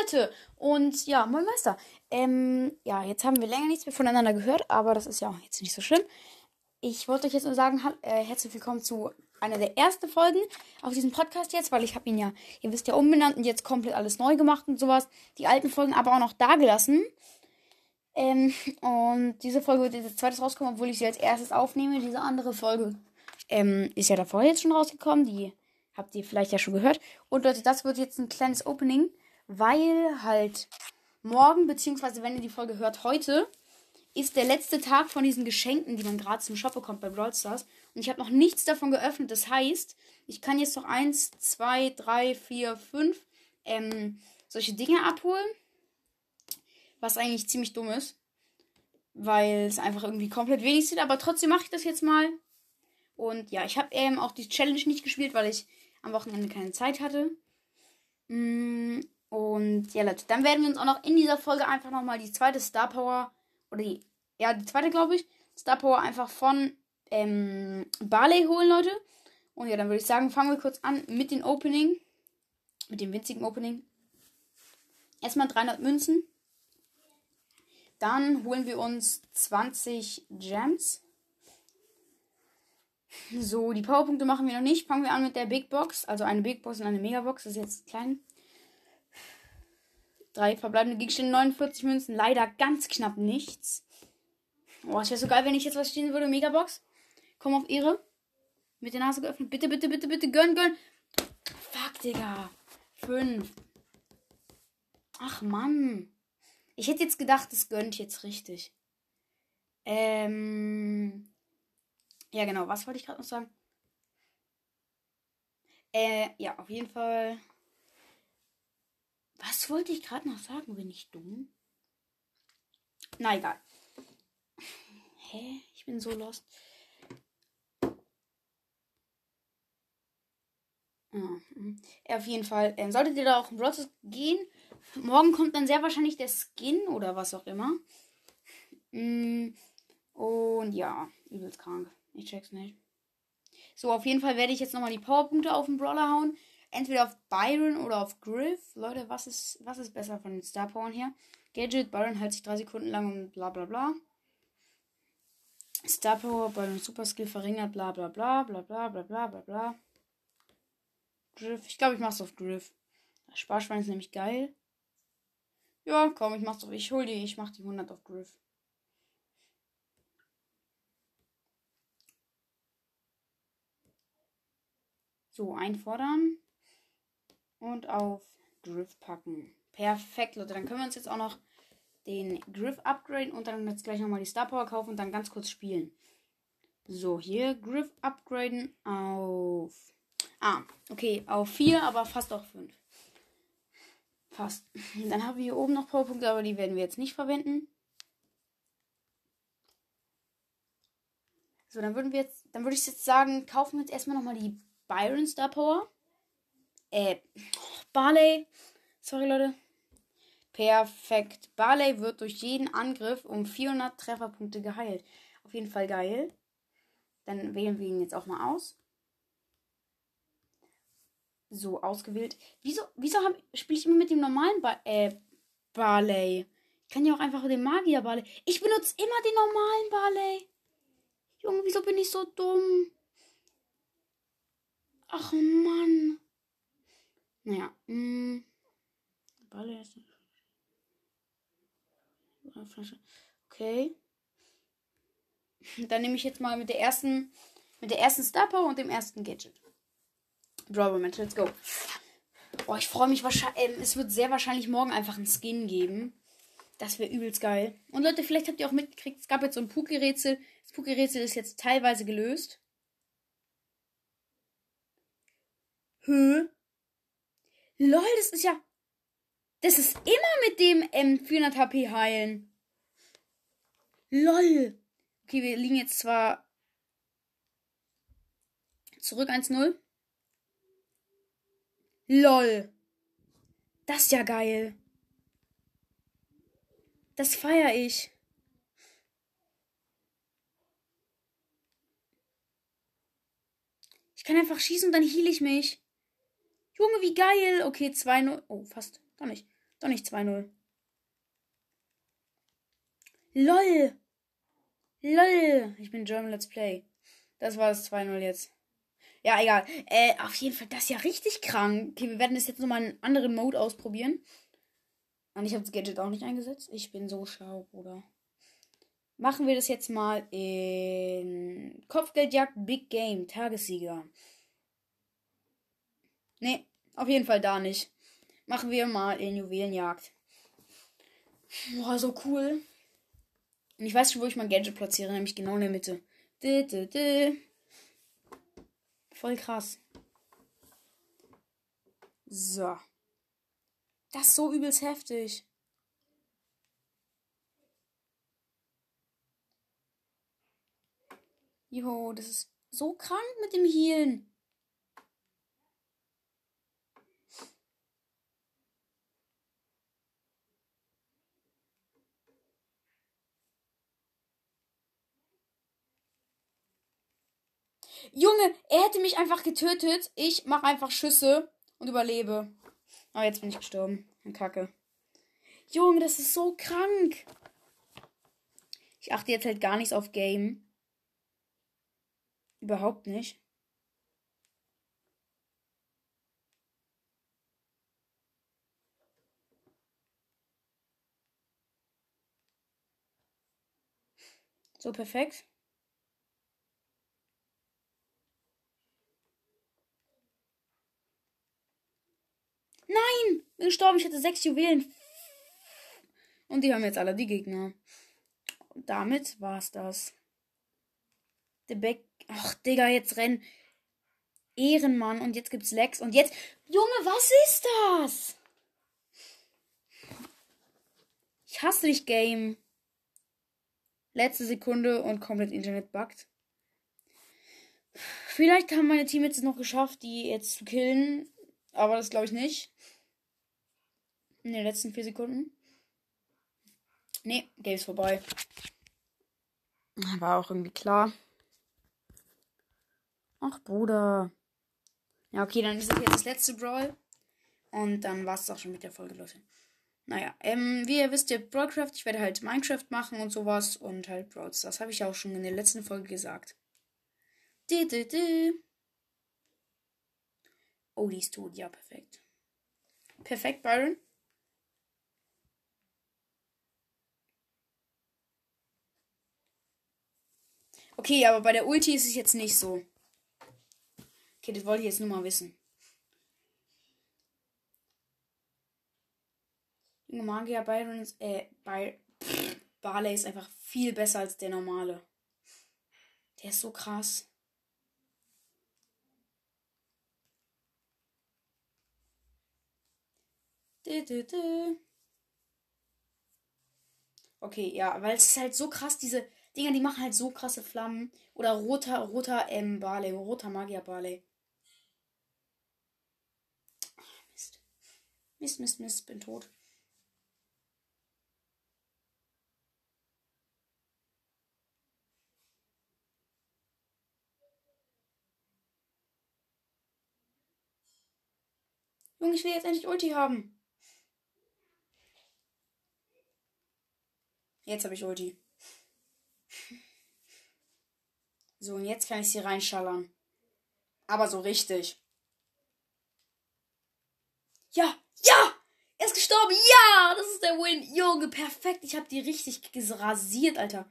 Leute und ja, moin Meister. Ja, jetzt haben wir länger nichts mehr voneinander gehört, aber das ist ja auch jetzt nicht so schlimm. Ich wollte euch jetzt nur sagen, herzlich willkommen zu einer der ersten Folgen auf diesem Podcast jetzt, weil ich habe ihn ja, ihr wisst ja, umbenannt und jetzt komplett alles neu gemacht und sowas. Die alten Folgen aber auch noch da gelassen. Und diese Folge wird jetzt als zweites rauskommen, obwohl ich sie als erstes aufnehme. Diese andere Folge ist ja davor jetzt schon rausgekommen. Die habt ihr vielleicht ja schon gehört. Und Leute, das wird jetzt ein kleines Opening, weil halt morgen, beziehungsweise wenn ihr die Folge hört, heute, ist der letzte Tag von diesen Geschenken, die man gerade zum Shop bekommt bei Brawl Stars. Und ich habe noch nichts davon geöffnet. Das heißt, ich kann jetzt noch 1, 2, 3, 4, 5 solche Dinge abholen. Was eigentlich ziemlich dumm ist. Weil es einfach irgendwie komplett wenig sind. Aber trotzdem mache ich das jetzt mal. Und ja, ich habe auch die Challenge nicht gespielt, weil ich am Wochenende keine Zeit hatte. Und ja, Leute, dann werden wir uns auch noch in dieser Folge einfach nochmal die zweite Star Power, oder die zweite, glaube ich, Star Power einfach von Barley holen, Leute. Und ja, dann würde ich sagen, fangen wir kurz an mit dem Opening. Mit dem winzigen Opening. Erstmal 300 Münzen. Dann holen wir uns 20 Gems. So, die Powerpunkte machen wir noch nicht. Fangen wir an mit der Big Box. Also eine Big Box und eine Megabox. Das ist jetzt klein. 3 verbleibende Gegenstände, 49 Münzen. Leider ganz knapp nichts. Oh, es wäre so geil, wenn ich jetzt was stehen würde. Megabox. Komm auf Ehre. Mit der Nase geöffnet. Bitte, bitte, bitte, bitte. Gönn. Fuck, Digga. 5. Ach, Mann. Ich hätte jetzt gedacht, es gönnt jetzt richtig. Ja, genau. Was wollte ich gerade noch sagen? Ja, auf jeden Fall. Was wollte ich gerade noch sagen? Bin ich dumm? Na, egal. Hä? Ich bin so lost. Auf jeden Fall. Solltet ihr da auch im Brawl Stars gehen, morgen kommt dann sehr wahrscheinlich der Skin oder was auch immer. Und ja, übelst krank. Ich check's nicht. So, auf jeden Fall werde ich jetzt nochmal die Powerpunkte auf den Brawler hauen. Entweder auf Byron oder auf Griff. Leute, was ist besser von den Star Powern her? Gadget, Byron hält sich 3 Sekunden lang und bla bla bla. Star Power, Byron Super Skill verringert, bla bla bla bla bla bla bla bla bla. Griff, ich glaube, ich mach's auf Griff. Das Sparschwein ist nämlich geil. Ja, komm, ich mach's auf. Ich mach die 100 auf Griff. So, einfordern. Und auf Griff packen. Perfekt, Leute. Dann können wir uns jetzt auch noch den Griff upgraden und dann jetzt gleich nochmal die Star Power kaufen und dann ganz kurz spielen. So, hier Griff upgraden auf... okay, auf 4, aber fast auf 5. Fast. Dann haben wir hier oben noch Powerpunkte, aber die werden wir jetzt nicht verwenden. So, dann würde ich jetzt sagen, kaufen wir jetzt erstmal nochmal die Byron Star Power. Barley. Sorry, Leute. Perfekt. Barley wird durch jeden Angriff um 400 Trefferpunkte geheilt. Auf jeden Fall geil. Dann wählen wir ihn jetzt auch mal aus. So, ausgewählt. Wieso spiele ich immer mit dem normalen Barley? Ich kann ja auch einfach den Magier Barley. Ich benutze immer den normalen Barley. Junge, wieso bin ich so dumm? Ach, Mann. Naja. Barley ist... Flasche. Okay. Dann nehme ich jetzt mal mit der ersten Star Power und dem ersten Gadget. Brawl Match, let's go. Oh, ich freue mich wahrscheinlich. Es wird sehr wahrscheinlich morgen einfach einen Skin geben. Das wäre übelst geil. Und Leute, vielleicht habt ihr auch mitgekriegt, es gab jetzt so ein Puki-Rätsel. Das Puki-Rätsel ist jetzt teilweise gelöst. Lol, das ist immer mit dem 400 HP heilen. Lol. Okay, wir liegen jetzt zwar zurück 1-0. Lol. Das ist ja geil. Das feiere ich. Ich kann einfach schießen und dann heal ich mich. Junge, wie geil. Okay, 2-0. Oh, fast. Doch nicht. Doch nicht 2-0. LOL. LOL. Ich bin German Let's Play. Das war das 2-0 jetzt. Ja, egal. Auf jeden Fall, das ist ja richtig krank. Okay, wir werden das jetzt nochmal in einen anderen Mode ausprobieren. Und ich habe das Gadget auch nicht eingesetzt. Ich bin so schlau, Bruder. Machen wir das jetzt mal in Kopfgeldjagd Big Game, Tagessieger. Nee, auf jeden Fall da nicht. Machen wir mal in Juwelenjagd. Boah, so cool. Und ich weiß schon, wo ich mein Gadget platziere, nämlich genau in der Mitte. Voll krass. So. Das ist so übelst heftig. Jo, das ist so krank mit dem Healen. Junge, er hätte mich einfach getötet. Ich mache einfach Schüsse und überlebe. Aber jetzt bin ich gestorben. Kacke. Junge, das ist so krank. Ich achte jetzt halt gar nichts auf Game. Überhaupt nicht. So, perfekt. Nein! Bin gestorben. Ich hatte 6 Juwelen. Und die haben jetzt alle die Gegner. Und damit war's das. Der Beck. Ach, Digga, jetzt rennen. Ehrenmann. Und jetzt gibt's Lex. Und jetzt. Junge, was ist das? Ich hasse dich, Game. Letzte Sekunde und komplett Internet buggt. Vielleicht haben meine Teammates es noch geschafft, die jetzt zu killen. Aber das glaube ich nicht. In den letzten 4 Sekunden. Nee, Game ist vorbei. War auch irgendwie klar. Ach, Bruder. Ja, okay, dann ist es jetzt das letzte Brawl. Und dann war es auch schon mit der Folge, Leute. Naja, wie ihr wisst, ihr Brawlcraft, ich werde halt Minecraft machen und sowas. Und halt Brawls. Das habe ich ja auch schon in der letzten Folge gesagt. Oh, die ist tot. Ja, perfekt. Perfekt, Byron. Okay, aber bei der Ulti ist es jetzt nicht so. Okay, das wollte ich jetzt nur mal wissen. Junge Magier, Byron ist, Barley ist einfach viel besser als der normale. Der ist so krass. Okay, ja, weil es ist halt so krass, diese Dinger, die machen halt so krasse Flammen. Oder roter Barley, roter Magier Barley. Mist. Mist, bin tot. Junge, ich will jetzt endlich Ulti haben. Jetzt habe ich Ulti. So, und jetzt kann ich sie reinschallern. Aber so richtig. Ja! Ja! Er ist gestorben! Ja! Das ist der Win! Junge, perfekt. Ich habe die richtig rasiert, Alter.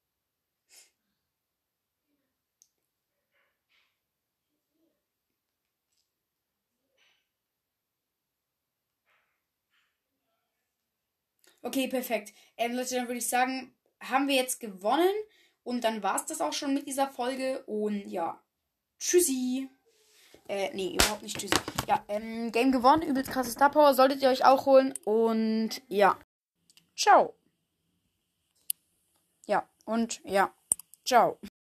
Okay, perfekt. Leute, dann würde ich sagen, haben wir jetzt gewonnen. Und dann war es das auch schon mit dieser Folge. Und ja, tschüssi. Nee, überhaupt nicht tschüssi. Ja, Game gewonnen. Übelst krasse Star Power. Solltet ihr euch auch holen. Und ja. Ciao. Ja, und ja. Ciao.